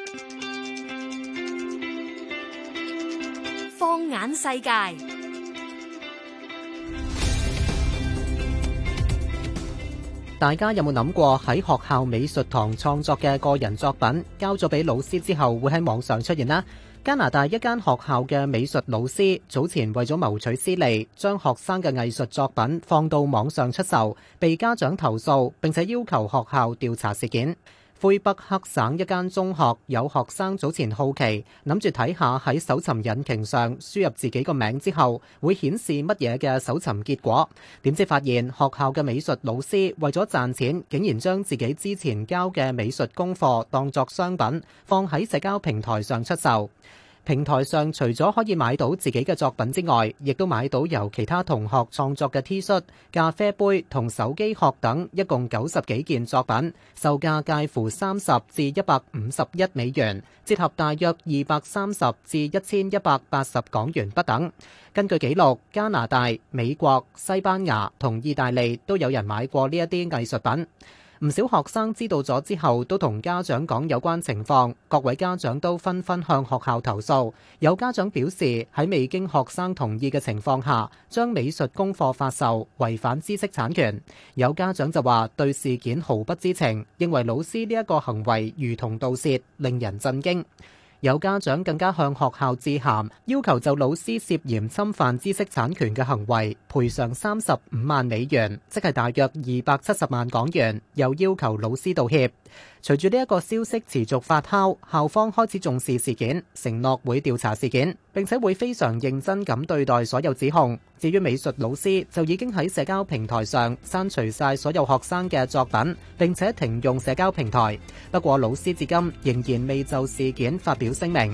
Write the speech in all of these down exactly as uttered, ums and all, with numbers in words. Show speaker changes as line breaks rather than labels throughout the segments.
放眼世界，
大家有冇諗過喺學校美術堂創作嘅個人作品交咗俾老師之後會喺網上出現呢？加拿大一間學校嘅美術老師早前為咗謀取私利，將學生嘅藝術作品放到網上出售，被家長投訴，並且要求學校調查事件。魁北克省一間中學有學生早前好奇，諗住睇下喺搜尋引擎上輸入自己個名之後會顯示乜嘢嘅搜尋結果。點知發現學校嘅美術老師為咗賺錢，竟然將自己之前交嘅美術功課當作商品，放喺社交平台上出售。平台上除咗可以買到自己嘅作品之外，亦都買到由其他同學創作嘅 T 恤、咖啡杯同手機殼等，一共九十幾件作品，售價介乎三十至一百五十一美元，折合大約二百三十至一千一百八十港元不等。根據記錄，加拿大、美國、西班牙同意大利都有人買過呢一啲藝術品。唔少學生知道咗之後，都同家長講有關情況，各位家長都紛紛向學校投訴。有家長表示喺未經學生同意嘅情況下，將美術功課發售，違反知識產權。有家長就話對事件毫不知情，認為老師呢一個行為如同盜竊，令人震驚。有家長更加向學校致函，要求就老師涉嫌侵犯知識產權嘅行為賠償三十五萬美元，即係大約二百七十萬港元，又要求老師道歉。隨住呢一個消息持續發酵，校方開始重視事件，承諾會調查事件，並且會非常認真咁對待所有指控。至於美術老師，就已經喺社交平台上刪除晒所有學生嘅作品，並且停用社交平台。不過老師至今仍然未就事件發表聲明。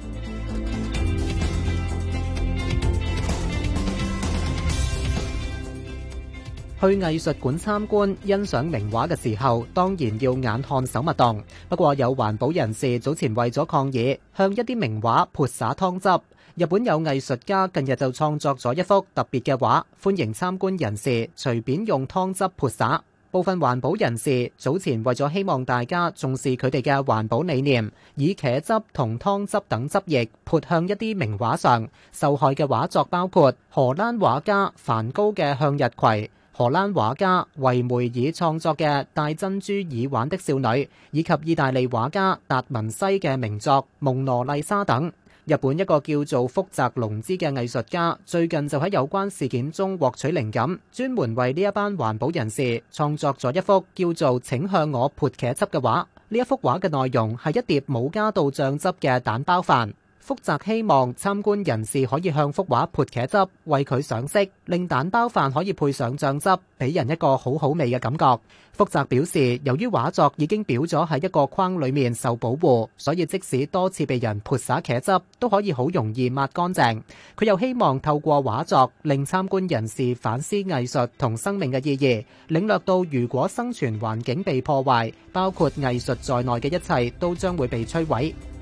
去藝術館參觀欣賞名畫嘅時候，當然要眼看手勿動。不過有環保人士早前為咗抗議，向一啲名畫潑灑湯汁。日本有藝術家近日就創作咗一幅特別嘅畫，歡迎參觀人士隨便用湯汁潑灑。部分環保人士早前為咗希望大家重視佢哋嘅環保理念，以茄汁同湯汁等汁液潑向一啲名畫上。受害嘅畫作包括荷蘭畫家梵高嘅向日葵、荷蘭畫家維梅爾創作嘅戴珍珠耳環的少女，以及意大利畫家達文西嘅名作《蒙羅麗莎》等。日本一個叫做福澤隆之嘅藝術家，最近就喺有關事件中獲取靈感，專門為呢一班環保人士創作咗一幅叫做《請向我潑茄汁》嘅畫。呢一幅畫嘅內容係一碟冇加到醬汁嘅蛋包飯。福澤希望參觀人士可以向幅畫潑茄汁，為佢上色，令蛋包飯可以配上醬汁，俾人一個好好味嘅感覺。福澤表示，由於畫作已經裱咗喺一個框裏面受保護，所以即使多次被人潑灑茄汁，都可以好容易抹乾淨。佢又希望透過畫作令參觀人士反思藝術同生命嘅意義，領略到如果生存環境被破壞，包括藝術在內嘅一切都將會被摧毀。